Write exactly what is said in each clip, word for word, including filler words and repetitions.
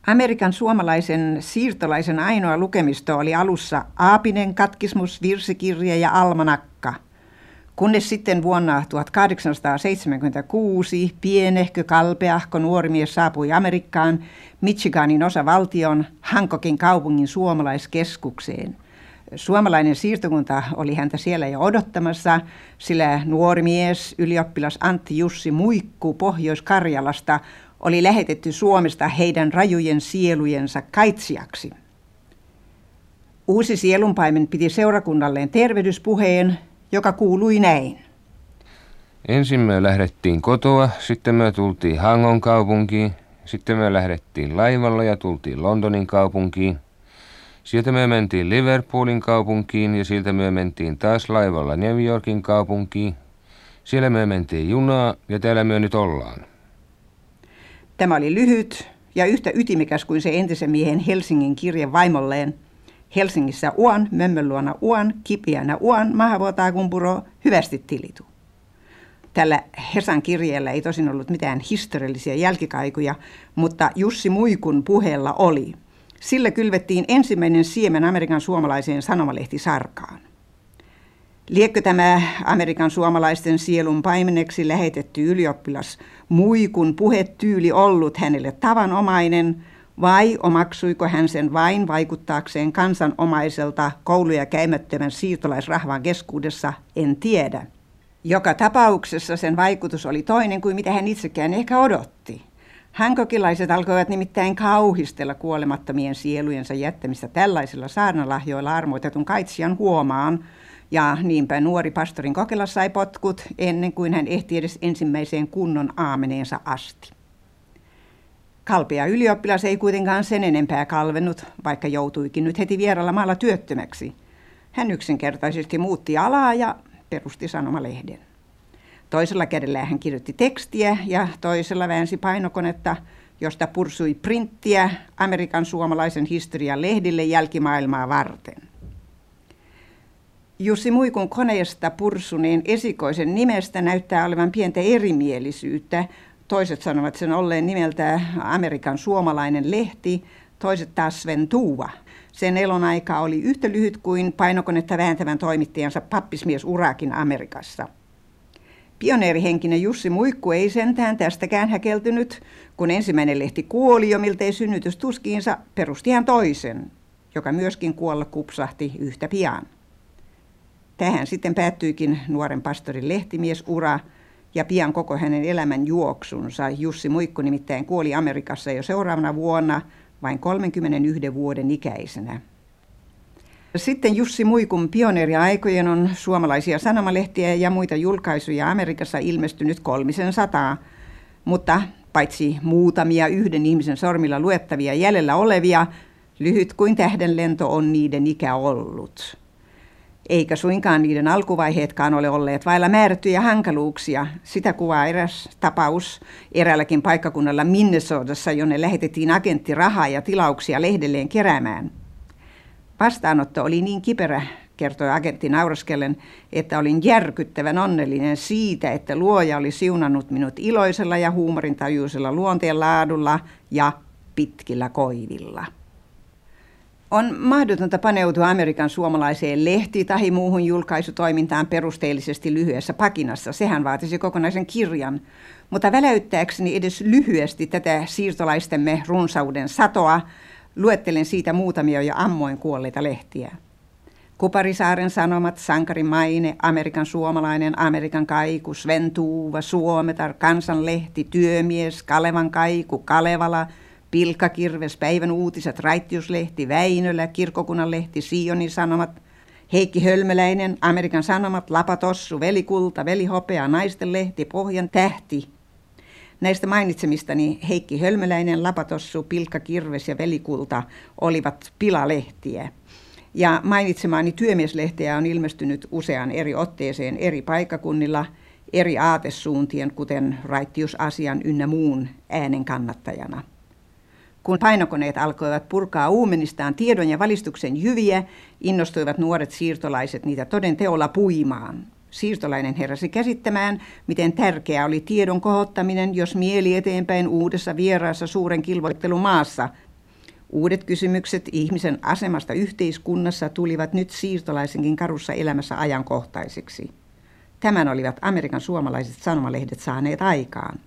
Amerikan suomalaisen siirtolaisen ainoa lukemisto oli alussa Aapinen katkismus, virsikirja ja almanakka, kunnes sitten vuonna tuhatkahdeksansataaseitsemänkymmentäkuusi pienehkö kalpeahko nuori mies saapui Amerikkaan Michiganin osavaltion Hancocken kaupungin suomalaiskeskukseen. Suomalainen siirtokunta oli häntä siellä jo odottamassa, sillä nuori mies, ylioppilas Antti Jussi Muikku Pohjois-Karjalasta, oli lähetetty Suomesta heidän rajujen sielujensa kaitsijaksi. Uusi sielunpaimen piti seurakunnalleen tervehdyspuheen, joka kuului näin. Ensin me lähdettiin kotoa, sitten me tultiin Hangon kaupunkiin, sitten me lähdettiin laivalla ja tultiin Londonin kaupunkiin. Sieltä me mentiin Liverpoolin kaupunkiin ja sieltä me mentiin taas laivalla New Yorkin kaupunkiin. Siellä me mentiin junaa ja täällä me nyt ollaan. Tämä oli lyhyt ja yhtä ytimekäs kuin se entisen miehen Helsingin kirje vaimolleen. Helsingissä uan, mömmön luona uan, kipiänä uan, mahavuotaa kumpuro, hyvästi tilitu. Tällä Hesan kirjeellä ei tosin ollut mitään historiallisia jälkikaikuja, mutta Jussi Muikun puheella oli. Sillä kylvettiin ensimmäinen siemen Amerikan suomalaiseen sanomalehtisarkaan. Liekkö tämä Amerikan suomalaisten sielun paimeneksi lähetetty ylioppilas Muikun puhetyyli ollut hänelle tavanomainen, vai omaksuiko hän sen vain vaikuttaakseen kansanomaiselta kouluja käymättömän siirtolaisrahvan keskuudessa, en tiedä. Joka tapauksessa sen vaikutus oli toinen kuin mitä hän itsekään ehkä odotti. Hankokilaiset alkoivat nimittäin kauhistella kuolemattomien sielujensa jättämistä tällaisilla saarnalahjoilla armoitetun kaitsijan huomaan, ja niinpä nuori pastorin Kokela sai potkut ennen kuin hän ehti edes ensimmäiseen kunnon aameneensa asti. Kalpea ylioppilas ei kuitenkaan sen enempää kalvenut, vaikka joutuikin nyt heti vieralla maalla työttömäksi. Hän yksinkertaisesti muutti alaa ja perusti sanomalehden. Toisella kädellä hän kirjoitti tekstiä ja toisella väänsi painokonetta, josta pursui printtiä Amerikan suomalaisen historian lehdille jälkimaailmaa varten. Jussi Muikun koneesta pursuneen esikoisen nimestä näyttää olevan pientä erimielisyyttä. Toiset sanovat sen olleen nimeltä Amerikan suomalainen lehti, toiset taas Sven Tuva. Sen elonaika oli yhtä lyhyt kuin painokonetta vääntävän toimittajansa pappismies urakin Amerikassa. Pioneerihenkinen Jussi Muikku ei sentään tästäkään häkeltynyt, kun ensimmäinen lehti kuoli jo miltei synnytystuskiinsa, perusti hän toisen, joka myöskin kuolla kupsahti yhtä pian. Tähän sitten päättyikin nuoren pastorin lehtimiesura ja pian koko hänen elämän juoksunsa. Jussi Muikku nimittäin kuoli Amerikassa jo seuraavana vuonna vain kolmenkymmenenyhden vuoden ikäisenä. Sitten Jussi Muikun pioneeriaikojen on suomalaisia sanomalehtiä ja muita julkaisuja Amerikassa ilmestynyt kolmisen sataa, mutta paitsi muutamia yhden ihmisen sormilla luettavia jäljellä olevia, lyhyt kuin tähdenlento on niiden ikä ollut. Eikä suinkaan niiden alkuvaiheetkaan ole olleet vailla määrättyjä hankaluuksia. Sitä kuvaa eräs tapaus eräälläkin paikkakunnalla Minnesotassa, jonne lähetettiin agentti rahaa ja tilauksia lehdelleen keräämään. Vastaanotto oli niin kiperä, kertoi agentti nauraskellen, että olin järkyttävän onnellinen siitä, että luoja oli siunannut minut iloisella ja huumorintajuisella luonteenlaadulla ja pitkillä koivilla. On mahdotonta paneutua Amerikan suomalaiseen lehti- tai muuhun julkaisutoimintaan perusteellisesti lyhyessä pakinassa. Sehän vaatisi kokonaisen kirjan. Mutta väläyttääkseni edes lyhyesti tätä siirtolaistemme runsauden satoa, luettelen siitä muutamia jo ammoin kuolleita lehtiä. Kuparisaaren Sanomat, Sankarin maine, Amerikan suomalainen, Amerikan kaiku, Sven Tuva, Suometar, Kansanlehti, Työmies, Kalevan kaiku, Kalevala, Pilkkakirves, Päivän uutiset, Raittiuslehti, Väinölä, Kirkkokunnan lehti, Sionin Sanomat, Heikki Hölmöläinen, Amerikan Sanomat, Lapatossu, Velikulta, Velihopea, Naisten lehti, Pohjan tähti. Näistä mainitsemistani Heikki Hölmöläinen, Lapatossu, Pilkkakirves ja Velikulta olivat pilalehtiä. Ja mainitsemaani Työmieslehteä on ilmestynyt useaan eri otteeseen eri paikkakunnilla, eri aatesuuntien, kuten Raittiusasian ynnä muun äänen kannattajana. Kun painokoneet alkoivat purkaa uumenistaan tiedon ja valistuksen jyviä, innostuivat nuoret siirtolaiset niitä toden teolla puimaan. Siirtolainen heräsi käsittämään, miten tärkeää oli tiedon kohottaminen, jos mieli eteenpäin uudessa vieraassa suuren kilvoittelun maassa. Uudet kysymykset ihmisen asemasta yhteiskunnassa tulivat nyt siirtolaisenkin karussa elämässä ajankohtaisiksi. Tämän olivat Amerikan suomalaiset sanomalehdet saaneet aikaan.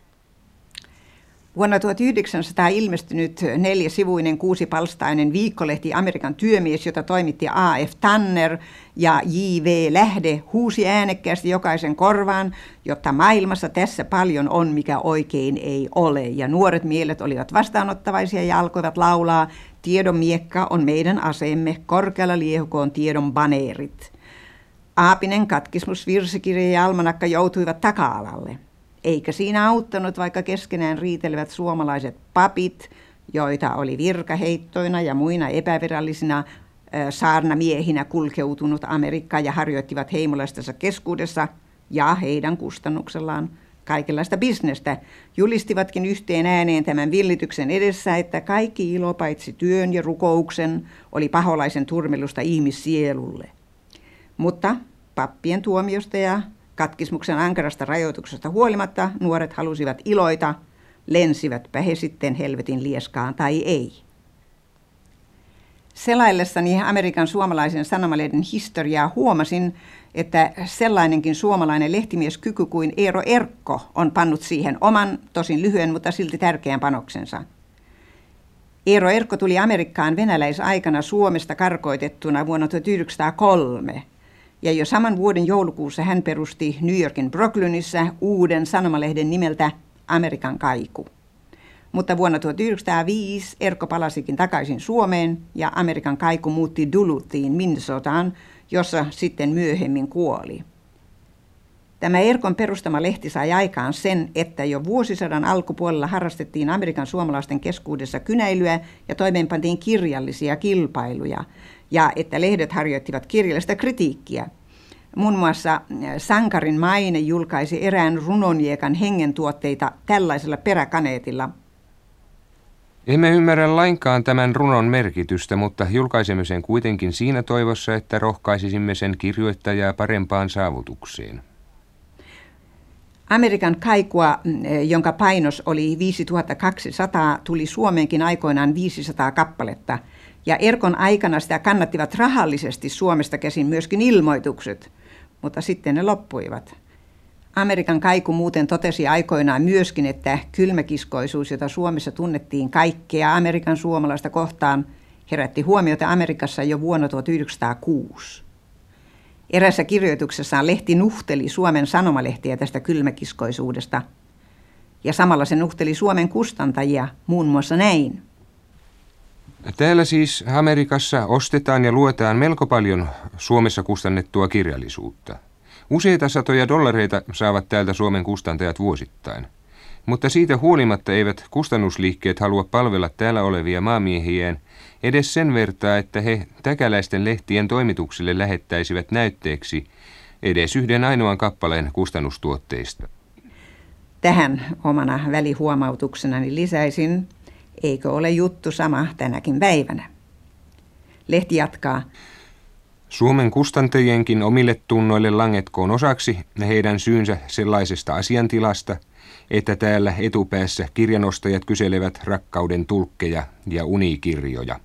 Vuonna tuhatyhdeksänsataa ilmestynyt neljäsivuinen kuusipalstainen viikkolehti Amerikan työmies, jota toimitti A F Tanner ja J V Lähde, huusi äänekkäästi jokaisen korvaan, jotta maailmassa tässä paljon on, mikä oikein ei ole. Ja nuoret mielet olivat vastaanottavaisia ja alkoivat laulaa, tiedon miekka on meidän aseemme, korkealla liehukoon tiedon baneerit. Aapinen, katkismus, virsikirja ja almanakka joutuivat taka-alalle. Eikä siinä auttanut, vaikka keskenään riitelevät suomalaiset papit, joita oli virkaheittoina ja muina epävirallisina saarnamiehinä kulkeutunut Amerikkaan ja harjoittivat heimolaistensa keskuudessa ja heidän kustannuksellaan kaikenlaista bisnestä, julistivatkin yhteen ääneen tämän villityksen edessä, että kaikki ilo paitsi työn ja rukouksen oli paholaisen turmelusta ihmissielulle. Mutta pappien tuomiosta ja katkismuksen ankarasta rajoituksesta huolimatta nuoret halusivat iloita, lensivätpä he sitten helvetin lieskaan tai ei. Selaillessani Amerikan suomalaisen sanomalehden historiaa huomasin, että sellainenkin suomalainen lehtimieskyky kuin Eero Erkko on pannut siihen oman, tosin lyhyen, mutta silti tärkeän panoksensa. Eero Erkko tuli Amerikkaan venäläisaikana Suomesta karkoitettuna vuonna tuhatyhdeksänsataakolme. Ja jo saman vuoden joulukuussa hän perusti New Yorkin Brooklynissa uuden sanomalehden nimeltä Amerikan kaiku. Mutta vuonna tuhatyhdeksänsataaviisi Erkko palasikin takaisin Suomeen ja Amerikan kaiku muutti Duluthiin, Minnesotaan, jossa sitten myöhemmin kuoli. Tämä Erkon perustama lehti sai aikaan sen, että jo vuosisadan alkupuolella harrastettiin Amerikan suomalaisten keskuudessa kynäilyä ja toimeenpantiin kirjallisia kilpailuja, ja että lehdet harjoittivat kirjallista kritiikkiä. Muun muassa Sankarin maine julkaisi erään runonjeekan hengentuotteita tällaisella peräkaneetilla. Emme ymmärrä lainkaan tämän runon merkitystä, mutta julkaisemme sen kuitenkin siinä toivossa, että rohkaisisimme sen kirjoittajaa parempaan saavutukseen. Amerikan kaikua, jonka painos oli viisituhattakaksisataa, tuli Suomeenkin aikoinaan viisisataa kappaletta, ja Erkon aikana sitä kannattivat rahallisesti Suomesta käsin myöskin ilmoitukset, mutta sitten ne loppuivat. Amerikan kaiku muuten totesi aikoinaan myöskin, että kylmäkiskoisuus, jota Suomessa tunnettiin kaikkea Amerikan suomalaista kohtaan, herätti huomiota Amerikassa jo vuonna tuhatyhdeksänsataakuusi. Erässä kirjoituksessaan lehti nuhteli Suomen sanomalehtiä tästä kylmäkiskoisuudesta, ja samalla se nuhteli Suomen kustantajia muun muassa näin. Täällä siis Amerikassa ostetaan ja luetaan melko paljon Suomessa kustannettua kirjallisuutta. Useita satoja dollareita saavat täältä Suomen kustantajat vuosittain. Mutta siitä huolimatta eivät kustannusliikkeet halua palvella täällä olevia maamiehiään edes sen vertaa, että he täkäläisten lehtien toimituksille lähettäisivät näytteeksi edes yhden ainoan kappaleen kustannustuotteista. Tähän omana välihuomautuksenani lisäisin, eikö ole juttu sama tänäkin päivänä. Lehti jatkaa. Suomen kustantajienkin omille tunnoille langetkoon osaksi heidän syynsä sellaisesta asiantilasta, että täällä etupäässä kirjanostajat kyselevät rakkauden tulkkeja ja unikirjoja.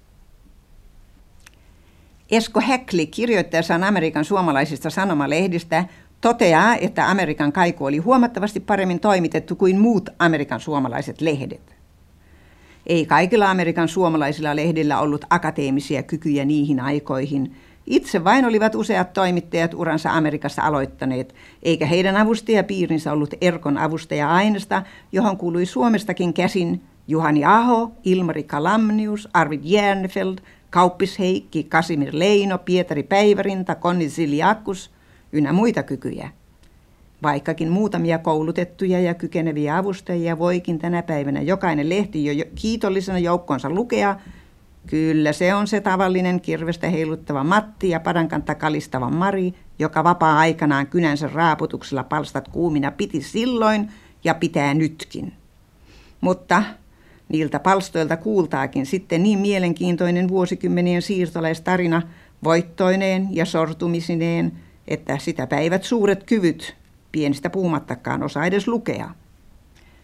Esko Häckli kirjoittaessaan Amerikan suomalaisista sanomalehdistä toteaa, että Amerikan kaiku oli huomattavasti paremmin toimitettu kuin muut Amerikan suomalaiset lehdet. Ei kaikilla Amerikan suomalaisilla lehdillä ollut akateemisia kykyjä niihin aikoihin. Itse vain olivat useat toimittajat uransa Amerikassa aloittaneet, eikä heidän avustajapiirinsä ollut Erkon avustaja-aineesta, johon kuului Suomestakin käsin Juhani Aho, Ilmari Kalamnius, Arvid Järnefeld, Kauppis Heikki, Kasimir Leino, Pietari Päivärinta, Konni Ziliakus ynnä muita kykyjä. Vaikkakin muutamia koulutettuja ja kykeneviä avustajia voikin tänä päivänä jokainen lehti jo kiitollisena joukkoonsa lukea, kyllä se on se tavallinen kirvestä heiluttava Matti ja padankanta kalistava Mari, joka vapaa-aikanaan kynänsä raaputuksella palstat kuumina piti silloin ja pitää nytkin. Mutta niiltä palstoilta kuultaakin sitten niin mielenkiintoinen vuosikymmenien siirtolaistarina voittoineen ja sortumisineen, että sitä päivät suuret kyvyt, pienistä puhumattakaan, osaa edes lukea.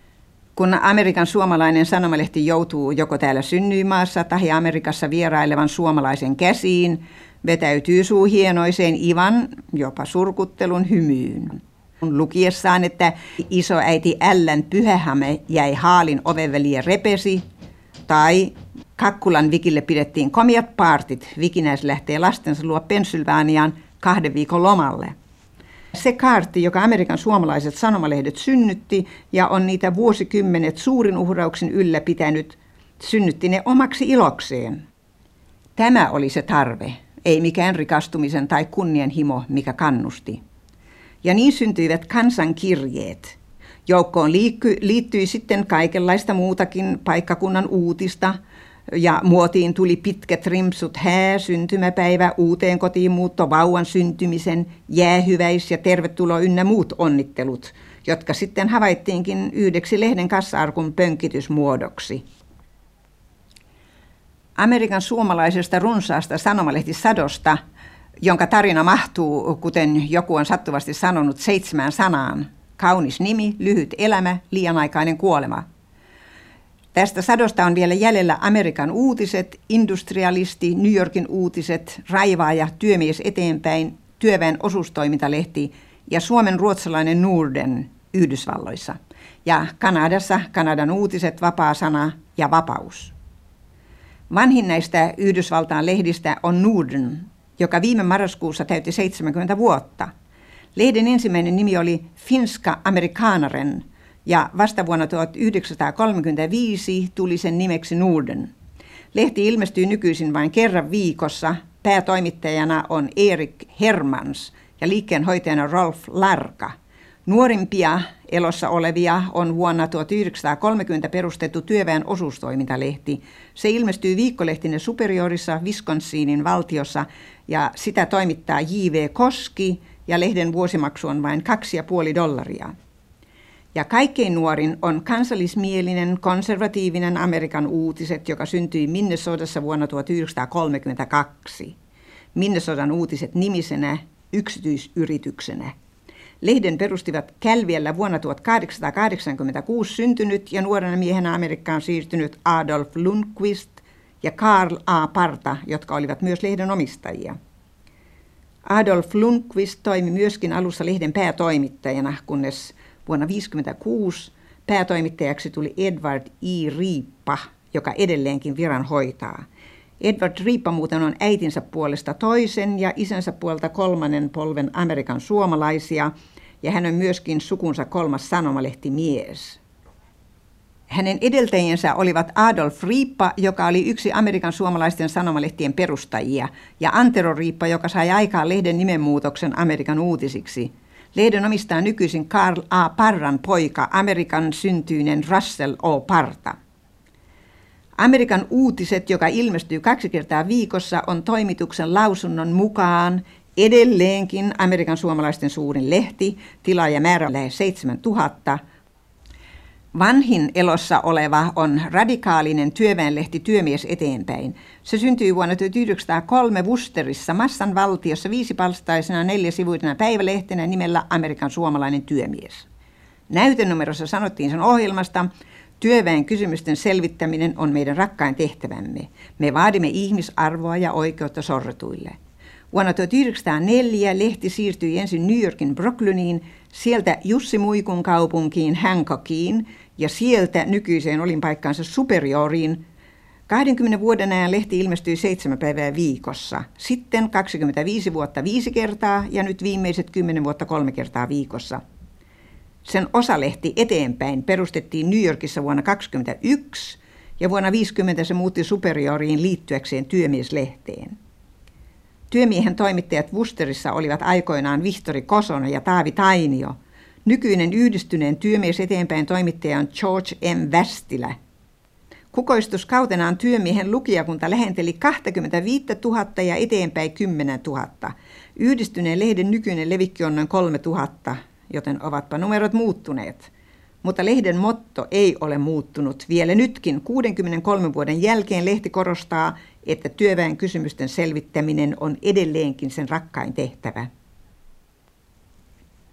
Kun Amerikan suomalainen sanomalehti joutuu joko täällä synnyinmaassa tai Amerikassa vierailevan suomalaisen käsiin, vetäytyy suu hienoiseen ivan, jopa surkuttelun hymyyn. Lukiessaan, että isoäiti Ällän pyhähame jäi haalin oven väliin ja repesi, tai Kakkulan Vikille pidettiin komiat paartit, Vikinäis lähtee lastensa luo Pennsylvaniaan kahden viikon lomalle. Se kaarti, joka Amerikan suomalaiset sanomalehdet synnytti ja on niitä vuosikymmenet suurin uhrauksin ylläpitänyt, synnytti ne omaksi ilokseen. Tämä oli se tarve, ei mikään rikastumisen tai kunnianhimo, mikä kannusti. Ja niin syntyivät kansankirjeet. Joukkoon liittyi sitten kaikenlaista muutakin paikkakunnan uutista, ja muotiin tuli pitkät rimpsut, hää, syntymäpäivä, uuteen kotiin muutto, vauvan syntymisen, jäähyväis ja tervetulo ynnä muut onnittelut, jotka sitten havaittiinkin yhdeksi lehden kassa-arkun pönkitysmuodoksi. Amerikan suomalaisesta runsaasta sanomalehtisadosta, jonka tarina mahtuu, kuten joku on sattuvasti sanonut, seitsemään sanaan. Kaunis nimi, lyhyt elämä, liianaikainen kuolema. Tästä sadosta on vielä jäljellä Amerikan uutiset, industrialisti, New Yorkin uutiset, raivaaja, työmies eteenpäin, työväen osuustoimintalehti ja Suomen ruotsalainen Norden Yhdysvalloissa. Ja Kanadassa Kanadan uutiset, vapaa sana ja vapaus. Vanhin näistä Yhdysvaltain lehdistä on Norden, joka viime marraskuussa täytti seitsemänkymmentä vuotta. Lehden ensimmäinen nimi oli Finska Amerikanaren ja vasta vuonna tuhatyhdeksänsataakolmekymmentäviisi tuli sen nimeksi Norden. Lehti ilmestyy nykyisin vain kerran viikossa. Päätoimittajana on Erik Hermans ja liikkeenhoitajana Rolf Larka. Nuorimpia elossa olevia on vuonna tuhatyhdeksänsataakolmekymmentä perustettu työväen osuustoimintalehti. Se ilmestyy viikkolehtinä Superiorissa, Wisconsinin valtiossa ja sitä toimittaa J V Koski ja lehden vuosimaksu on vain kaksi ja puoli dollaria. Ja kaikkein nuorin on kansallismielinen, konservatiivinen Amerikan uutiset, joka syntyi Minnesotassa vuonna tuhatyhdeksänsataakolmekymmentäkaksi. Minnesotan uutiset nimisenä yksityisyrityksenä. Lehden perustivat Kälviällä vuonna tuhatkahdeksansataakahdeksankymmentäkuusi syntynyt ja nuorena miehenä Amerikkaan siirtynyt Adolf Lundqvist ja Karl A. Parta, jotka olivat myös lehden omistajia. Adolf Lundqvist toimi myöskin alussa lehden päätoimittajana, kunnes vuonna tuhatyhdeksänsataaviisikymmentäkuusi päätoimittajaksi tuli Edward E. Riippa, joka edelleenkin viran hoitaa. Edward Riippa muuten on äitinsä puolesta toisen ja isänsä puolelta kolmannen polven Amerikan suomalaisia, ja hän on myöskin sukunsa kolmas sanomalehtimies. Hänen edeltäjiensä olivat Adolf Riippa, joka oli yksi Amerikan suomalaisten sanomalehtien perustajia, ja Antero Riippa, joka sai aikaan lehden nimenmuutoksen Amerikan uutisiksi. Lehden omistaa nykyisin Karl A. Parran poika, Amerikan syntyinen Russell O. Parta. Amerikan uutiset, joka ilmestyy kaksi kertaa viikossa, on toimituksen lausunnon mukaan edelleenkin Amerikan suomalaisten suurin lehti, tilaajamäärä on lähes seitsemäntuhatta. Vanhin elossa oleva on radikaalinen työväenlehti Työmies eteenpäin. Se syntyi vuonna tuhatyhdeksänsataakolme Worcesterissa Massan valtiossa viisipalstaisena neljäsivuisena päivälehtenä nimellä Amerikan suomalainen työmies. Näytenumerossa sanottiin sen ohjelmasta: työväen kysymysten selvittäminen on meidän rakkain tehtävämme. Me vaadimme ihmisarvoa ja oikeutta sorretuille. Vuonna tuhatyhdeksänsataaneljä lehti siirtyi ensin New Yorkin Brooklyniin, sieltä Jussi Muikun kaupunkiin Hancockiin ja sieltä nykyiseen olinpaikkaansa Superioriin. kaksikymmentä vuoden ajan lehti ilmestyi seitsemän päivää viikossa, sitten kaksikymmentäviisi vuotta viisi kertaa ja nyt viimeiset kymmenen vuotta kolme kertaa viikossa. Sen osalehti eteenpäin perustettiin New Yorkissa vuonna kaksikymmentäyksi ja vuonna viisikymmentä se muutti Superioriin liittyäkseen Työmieslehteen. Työmiehen toimittajat Worcesterissa olivat aikoinaan Vihtori Kosonen ja Taavi Tainio. Nykyinen yhdistyneen Työmies eteenpäin toimittaja on George M. Västilä. Kukoistuskautenaan Työmiehen lukijakunta lähenteli kaksikymmentäviisituhatta ja eteenpäin kymmenentuhatta. Yhdistyneen lehden nykyinen levikki on noin kolmetuhatta, joten ovatpa numerot muuttuneet. Mutta lehden motto ei ole muuttunut. Vielä nytkin kuudenkymmenenkolmen vuoden jälkeen lehti korostaa, että työväen kysymysten selvittäminen on edelleenkin sen rakkain tehtävä.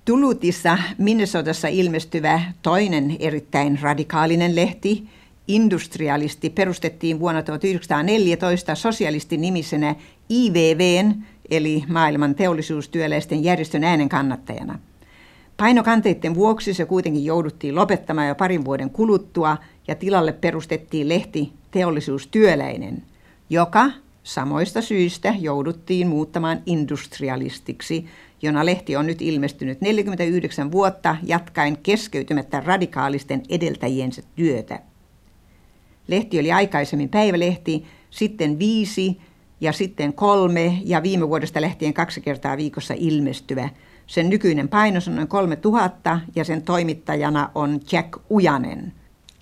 Dulutissa Minnesotassa ilmestyvä toinen erittäin radikaalinen lehti, Industrialisti, perustettiin vuonna tuhatyhdeksänsataaneljätoista sosialisti-nimisenä I V V:n eli maailman teollisuustyöläisten järjestön äänen kannattajana. Painokanteiden vuoksi se kuitenkin jouduttiin lopettamaan jo parin vuoden kuluttua ja tilalle perustettiin lehti Teollisuustyöläinen, joka samoista syistä jouduttiin muuttamaan industrialistiksi, jona lehti on nyt ilmestynyt neljäkymmentäyhdeksän vuotta jatkaen keskeytymättä radikaalisten edeltäjiensä työtä. Lehti oli aikaisemmin päivälehti, sitten viisi ja sitten kolme ja viime vuodesta lähtien kaksi kertaa viikossa ilmestyvä. Sen nykyinen painos on noin kolme tuhatta ja sen toimittajana on Jack Ujanen.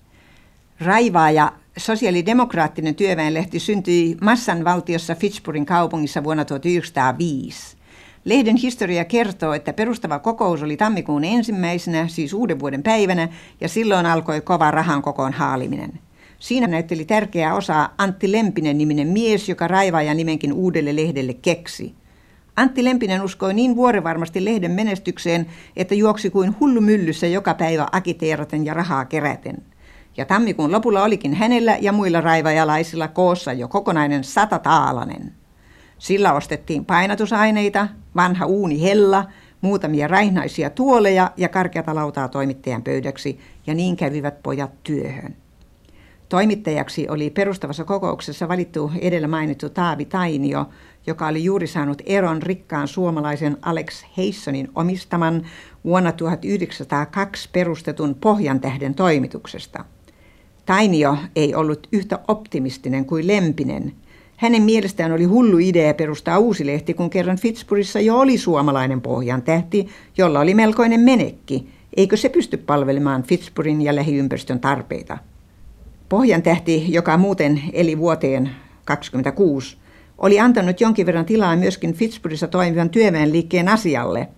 Raivaaja sosiaalidemokraattinen työväenlehti syntyi Massanvaltiossa Fitchburgin kaupungissa vuonna tuhatyhdeksänsataaviisi. Lehden historia kertoo, että perustava kokous oli tammikuun ensimmäisenä, siis uuden vuoden päivänä, ja silloin alkoi kova rahan kokoon haaliminen. Siinä näytteli tärkeää osaa Antti Lempinen-niminen mies, joka Raivaajan nimenkin uudelle lehdelle keksi. Antti Lempinen uskoi niin vuorevarmasti lehden menestykseen, että juoksi kuin hullu myllyssä joka päivä akiteeraten ja rahaa keräten. Ja tammikuun lopulla olikin hänellä ja muilla raivaajalaisilla koossa jo kokonainen satataalanen. Sillä ostettiin painatusaineita, vanha uuni hella, muutamia raihnaisia tuoleja ja karkeata lautaa toimittajan pöydäksi, ja niin kävivät pojat työhön. Toimittajaksi oli perustavassa kokouksessa valittu edellä mainittu Taavi Tainio, joka oli juuri saanut eron rikkaan suomalaisen Alex Heissonin omistaman vuonna tuhatyhdeksänsataakaksi perustetun Pohjantähden toimituksesta. Tainio ei ollut yhtä optimistinen kuin Lempinen. Hänen mielestään oli hullu idea perustaa uusi lehti, kun kerran Fitchburgissa jo oli suomalainen Pohjantähti, jolla oli melkoinen menekki. Eikö se pysty palvelemaan Fitchburgin ja lähiympäristön tarpeita? Pohjantähti, joka muuten eli vuoteen kaksikymmentäkuusi, oli antanut jonkin verran tilaa myöskin Fitchburgissa toimivan työväenliikkeen asialle,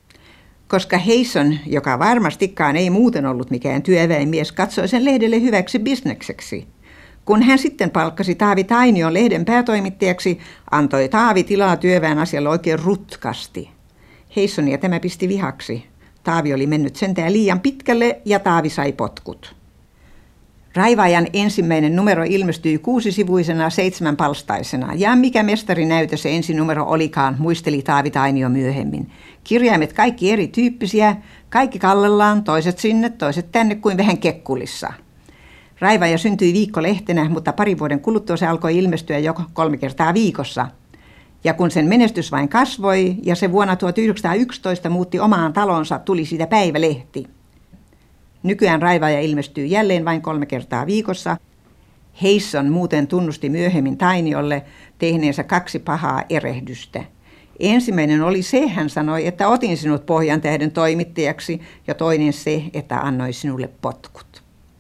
koska Heisson, joka varmastikaan ei muuten ollut mikään työväenmies, katsoi sen lehdelle hyväksi bisnekseksi. Kun hän sitten palkkasi Taavi Tainion lehden päätoimittajaksi, antoi Taavi tilaa työväen asialle oikein rutkasti. Heissonia tämä pisti vihaksi. Taavi oli mennyt sentään liian pitkälle ja Taavi sai potkut. Raivaajan ensimmäinen numero ilmestyi kuusisivuisena seitsemänpalstaisena, ja mikä mestarinäytö se ensinumero olikaan, muisteli Taavi Tainio myöhemmin. Kirjaimet kaikki erityyppisiä, kaikki kallellaan, toiset sinne, toiset tänne kuin vähän kekkulissa. Raivaaja syntyi viikkolehtenä, mutta parin vuoden kuluttua se alkoi ilmestyä jo kolme kertaa viikossa. Ja kun sen menestys vain kasvoi ja se vuonna tuhatyhdeksänsataayksitoista muutti omaan talonsa, tuli siitä päivälehti. Nykyään Raivaaja ilmestyy jälleen vain kolme kertaa viikossa. Heisson muuten tunnusti myöhemmin Tainiolle tehneensä kaksi pahaa erehdystä. Ensimmäinen oli se, hän sanoi, että otin sinut Pohjantähden toimittajaksi, ja toinen se, että annoi sinulle potkut.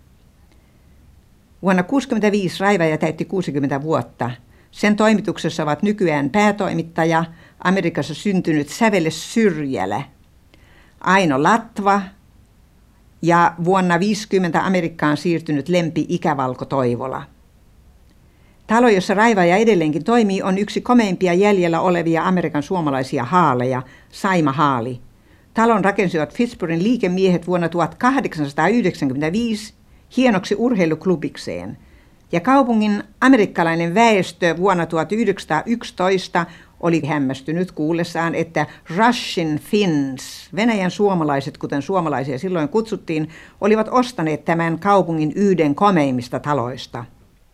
Vuonna tuhatyhdeksänsataakuusikymmentäviisi Raivaaja täytti kuusikymmentä vuotta. Sen toimituksessa ovat nykyään päätoimittaja, Amerikassa syntynyt Sävele Syrjälä, Aino Latva ja vuonna viisikymmentä Amerikkaan siirtynyt Lempi Ikävalko Toivola. Talo, jossa Raivaaja edelleenkin toimii, on yksi komeimpia jäljellä olevia Amerikan suomalaisia haaleja, Saima Haali. Talon rakensivat Fitchburgin liikemiehet vuonna tuhatkahdeksansataayhdeksänkymmentäviisi hienoksi urheiluklubikseen. Ja kaupungin amerikkalainen väestö vuonna tuhatyhdeksänsataayksitoista oli hämmästynyt kuullessaan, että Russian Finns, Venäjän suomalaiset, kuten suomalaisia silloin kutsuttiin, olivat ostaneet tämän kaupungin yhden komeimmista taloista.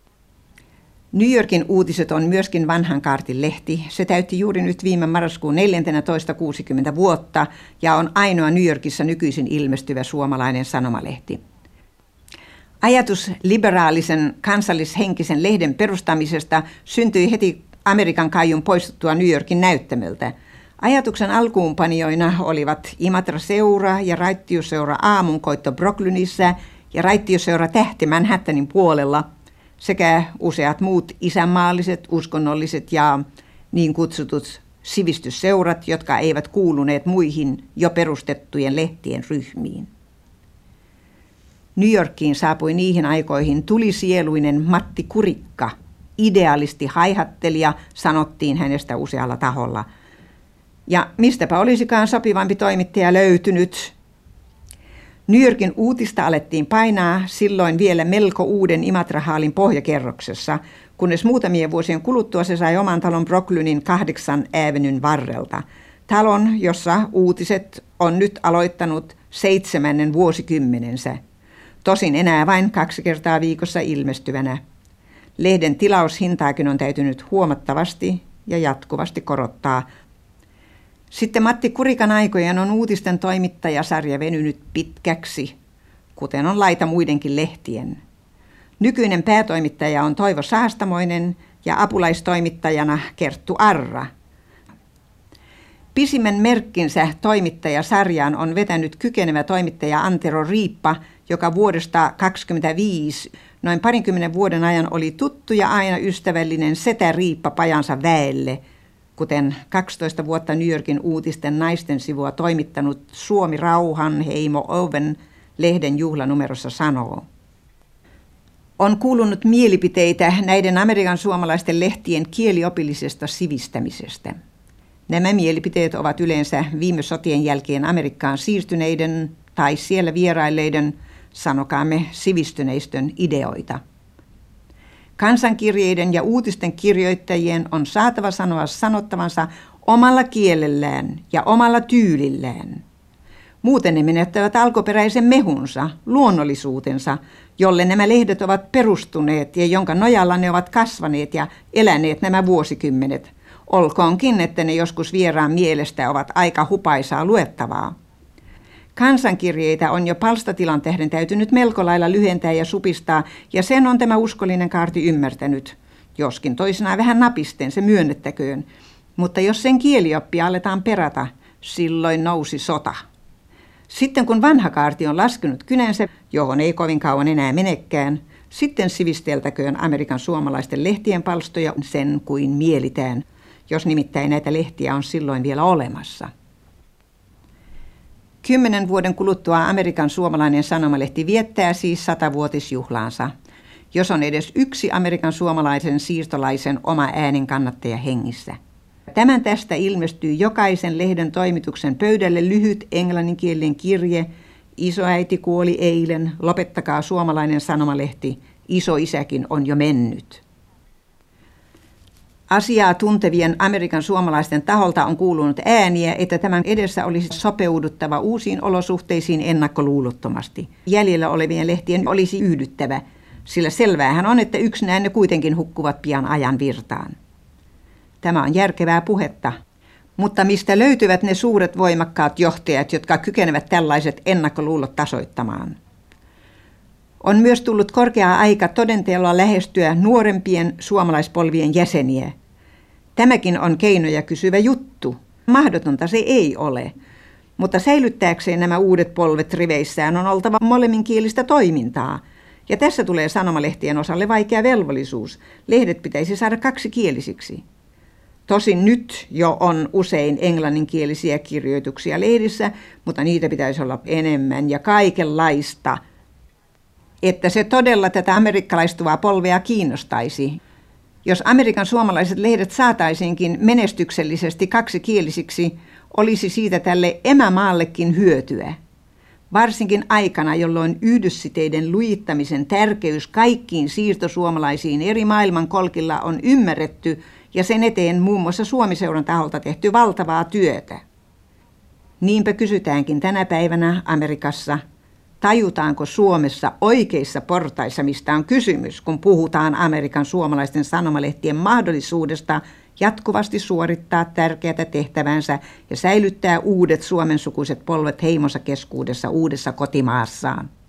New Yorkin uutiset on myöskin vanhan kaartin lehti. Se täytti juuri nyt viime marraskuun neljästoista kuusikymmentä vuotta ja on ainoa New Yorkissa nykyisin ilmestyvä suomalainen sanomalehti. Ajatus liberaalisen kansallishenkisen lehden perustamisesta syntyi heti Amerikan kaijun poistuttua New Yorkin näyttämöltä. Ajatuksen alkuunpanijoina olivat Imatra-seura ja raittiusseura Aamunkoitto Brooklynissa ja raittiusseura Tähti Manhattanin puolella sekä useat muut isänmaalliset, uskonnolliset ja niin kutsutut sivistysseurat, jotka eivät kuuluneet muihin jo perustettujen lehtien ryhmiin. New Yorkiin saapui niihin aikoihin tulisieluinen Matti Kurikka, idealisti haihattelija, sanottiin hänestä usealla taholla. Ja mistäpä olisikaan sopivampi toimittaja löytynyt. New Yorkin uutista alettiin painaa silloin vielä melko uuden Imatra-haalin pohjakerroksessa, kunnes muutamien vuosien kuluttua se sai oman talon Brooklynin kahdeksan Avenyn varrelta. Talon, jossa uutiset on nyt aloittanut seitsemännen vuosikymmenensä. Tosin enää vain kaksi kertaa viikossa ilmestyvänä. Lehden tilaushintaakin on täytynyt huomattavasti ja jatkuvasti korottaa. Sitten Matti Kurikan aikojen on uutisten toimittajasarja venynyt pitkäksi, kuten on laita muidenkin lehtien. Nykyinen päätoimittaja on Toivo Saastamoinen ja apulaistoimittajana Kerttu Arra. Pisimmän merkkinsä toimittajasarjaan on vetänyt kykenevä toimittaja Antero Riippa, joka vuodesta kaksikymmentäviisi noin parinkymmenen vuoden ajan oli tuttu ja aina ystävällinen setä Riippa pajansa väelle, kuten kaksitoista vuotta New Yorkin uutisten naisten sivua toimittanut Suomi Rauhan heimo Owen lehden juhlanumerossa sanoo. On kuulunut mielipiteitä näiden Amerikan suomalaisten lehtien kieliopillisesta sivistämisestä. Nämä mielipiteet ovat yleensä viime sotien jälkeen Amerikkaan siirtyneiden tai siellä vierailleiden, sanokaamme sivistyneistön ideoita. Kansankirjeiden ja uutisten kirjoittajien on saatava sanoa sanottavansa omalla kielellään ja omalla tyylillään. Muuten ne menettävät alkuperäisen mehunsa, luonnollisuutensa, jolle nämä lehdet ovat perustuneet ja jonka nojalla ne ovat kasvaneet ja eläneet nämä vuosikymmenet. Olkoonkin, että ne joskus vieraan mielestä ovat aika hupaisaa luettavaa. Kansankirjeitä on jo palstatilan tähden täytynyt melko lailla lyhentää ja supistaa, ja sen on tämä uskollinen kaarti ymmärtänyt. Joskin toisinaan vähän napisten, se myönnettäköön. Mutta jos sen kielioppia aletaan perata, silloin nousi sota. Sitten kun vanha kaarti on laskenut kynänsä, johon ei kovin kauan enää menekään, sitten sivisteltäköön Amerikan suomalaisten lehtien palstoja sen kuin mielitään, jos nimittäin näitä lehtiä on silloin vielä olemassa. Kymmenen vuoden kuluttua Amerikan suomalainen sanomalehti viettää siis satavuotisjuhlaansa, jos on edes yksi Amerikan suomalaisen siirtolaisen oma äänen kannattaja hengissä. Tämän tästä ilmestyy jokaisen lehden toimituksen pöydälle lyhyt englanninkielinen kirje: isoäiti kuoli eilen, lopettakaa suomalainen sanomalehti, isoisäkin on jo mennyt. Asiaa tuntevien Amerikan suomalaisten taholta on kuulunut ääniä, että tämän edessä olisi sopeuduttava uusiin olosuhteisiin ennakkoluulottomasti. Jäljellä olevien lehtien olisi yhdyttävä, sillä selväähän on, että yksinään ne kuitenkin hukkuvat pian ajan virtaan. Tämä on järkevää puhetta, mutta mistä löytyvät ne suuret voimakkaat johtajat, jotka kykenevät tällaiset ennakkoluulot tasoittamaan? On myös tullut korkea aika todenteella lähestyä nuorempien suomalaispolvien jäseniä. Tämäkin on keinoja kysyvä juttu. Mahdotonta se ei ole, mutta säilyttääkseen nämä uudet polvet riveissään on oltava molemminkielistä toimintaa. Ja tässä tulee sanomalehtien osalle vaikea velvollisuus. Lehdet pitäisi saada kaksikielisiksi. Tosin nyt jo on usein englanninkielisiä kirjoituksia lehdissä, mutta niitä pitäisi olla enemmän ja kaikenlaista, että se todella tätä amerikkalaistuvaa polvea kiinnostaisi. Jos Amerikan suomalaiset lehdet saataisiinkin menestyksellisesti kaksikielisiksi, olisi siitä tälle emämaallekin hyötyä. Varsinkin aikana, jolloin yhdyssiteiden lujittamisen tärkeys kaikkiin siirtosuomalaisiin eri maailmankolkilla on ymmärretty ja sen eteen muun muassa Suomi-seuran taholta tehty valtavaa työtä. Niinpä kysytäänkin tänä päivänä Amerikassa, tajutaanko Suomessa oikeissa portaissa, mistä on kysymys, kun puhutaan Amerikan suomalaisten sanomalehtien mahdollisuudesta jatkuvasti suorittaa tärkeätä tehtävänsä ja säilyttää uudet suomensukuiset polvet heimonsa keskuudessa uudessa kotimaassaan.